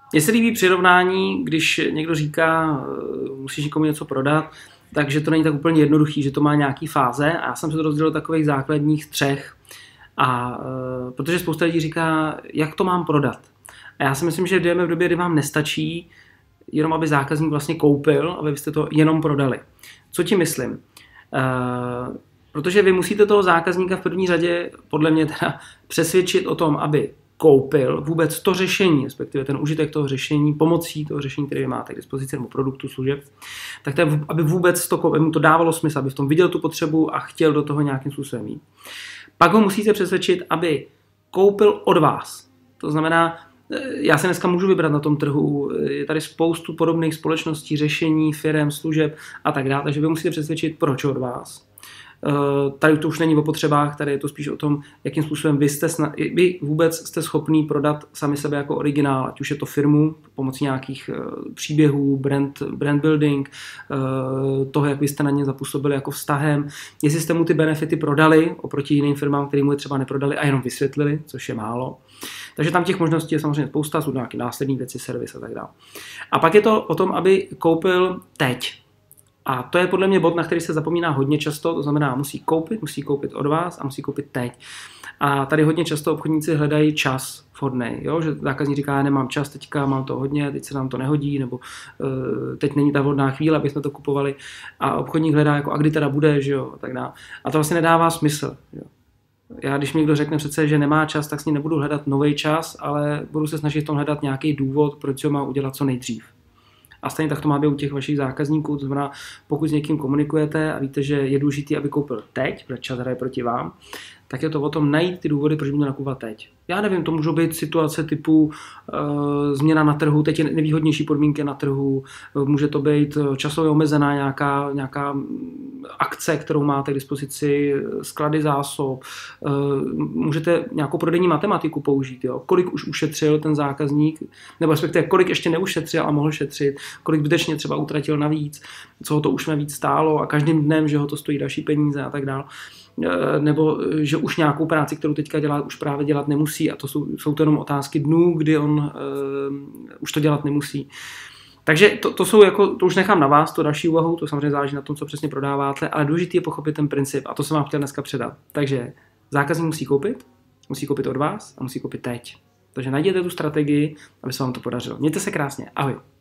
Mně se líbí přirovnání, když někdo říká, musíš někomu něco prodat, takže to není tak úplně jednoduchý, že to má nějaký fáze a já jsem se to rozdělil do takových základních 3. A protože spousta lidí říká, jak to mám prodat. A já si myslím, že žijeme v době, kdy vám nestačí jenom, aby zákazník vlastně koupil, aby byste to jenom prodali. Co ti myslím? Protože vy musíte toho zákazníka v první řadě podle mě teda přesvědčit o tom, aby koupil vůbec to řešení, respektive ten užitek toho řešení, pomocí toho řešení, které vy máte k dispozici, nebo produktu, služeb, tak to je, aby vůbec aby mu to dávalo smysl, aby v tom viděl tu potřebu a chtěl do toho nějakým způsobem jít. Pak ho musíte přesvědčit, aby koupil od vás. To znamená, já se dneska můžu vybrat na tom trhu, je tady spoustu podobných společností, řešení, firem, služeb a tak dále, takže vy musíte přesvědčit, proč od vás. Tady to už není o potřebách, tady je to spíš o tom, jakým způsobem vy vůbec jste schopný prodat sami sebe jako originál, ať už je to firmu pomocí nějakých příběhů, brand building, toho, jak vy jste na ně zapůsobili jako vztahem, jestli jste mu ty benefity prodali oproti jiným firmám, kterým mu je třeba neprodali a jenom vysvětlili, což je málo. Takže tam těch možností je samozřejmě spousta, jsou nějaké následné věci, servis a tak dále. A pak je to o tom, aby koupil teď. A to je podle mě bod, na který se zapomíná hodně často, to znamená, musí koupit od vás a musí koupit teď. A tady hodně často obchodníci hledají čas vhodný, jo? Že zákazník říká, nemám čas, teďka mám to hodně, teď se nám to nehodí, nebo teď není ta vhodná chvíle, aby jsme to kupovali. A obchodník hledá, jako, a kdy teda bude, že jo, a tak dále. A to vlastně nedává smysl. Jo? Já, když mi někdo řekne přece, že nemá čas, tak s ním nebudu hledat nový čas, ale budu se snažit v tom hledat nějaký důvod, proč ho má udělat co nejdřív. A stejně tak to má být u těch vašich zákazníků, to znamená, pokud s někým komunikujete a víte, že je důležitý, aby koupil teď, protože čas hraje proti vám, tak je to o tom najít ty důvody, proč by měl nakupovat teď. Já nevím, to můžou být situace typu změna na trhu, teď je nevýhodnější podmínky na trhu, může to být časově omezená nějaká akce, kterou máte k dispozici, sklady zásob, můžete nějakou prodejní matematiku použít, jo? Kolik už ušetřil ten zákazník, nebo respektive kolik ještě neušetřil a mohl šetřit, kolik zbytečně třeba utratil navíc, co ho to už víc stálo a každým dnem, že ho to stojí další peníze a tak dále. Nebo že už nějakou práci, kterou teďka dělá, už právě dělat nemusí a to jsou to jenom otázky dnů, kdy on už to dělat nemusí. Takže to už nechám na vás, to další úvahu, to samozřejmě záleží na tom, co přesně prodáváte, ale důležitý je pochopit ten princip a to jsem vám chtěl dneska předat. Takže zákazník musí koupit od vás a musí koupit teď. Takže najděte tu strategii, aby se vám to podařilo. Mějte se krásně, ahoj.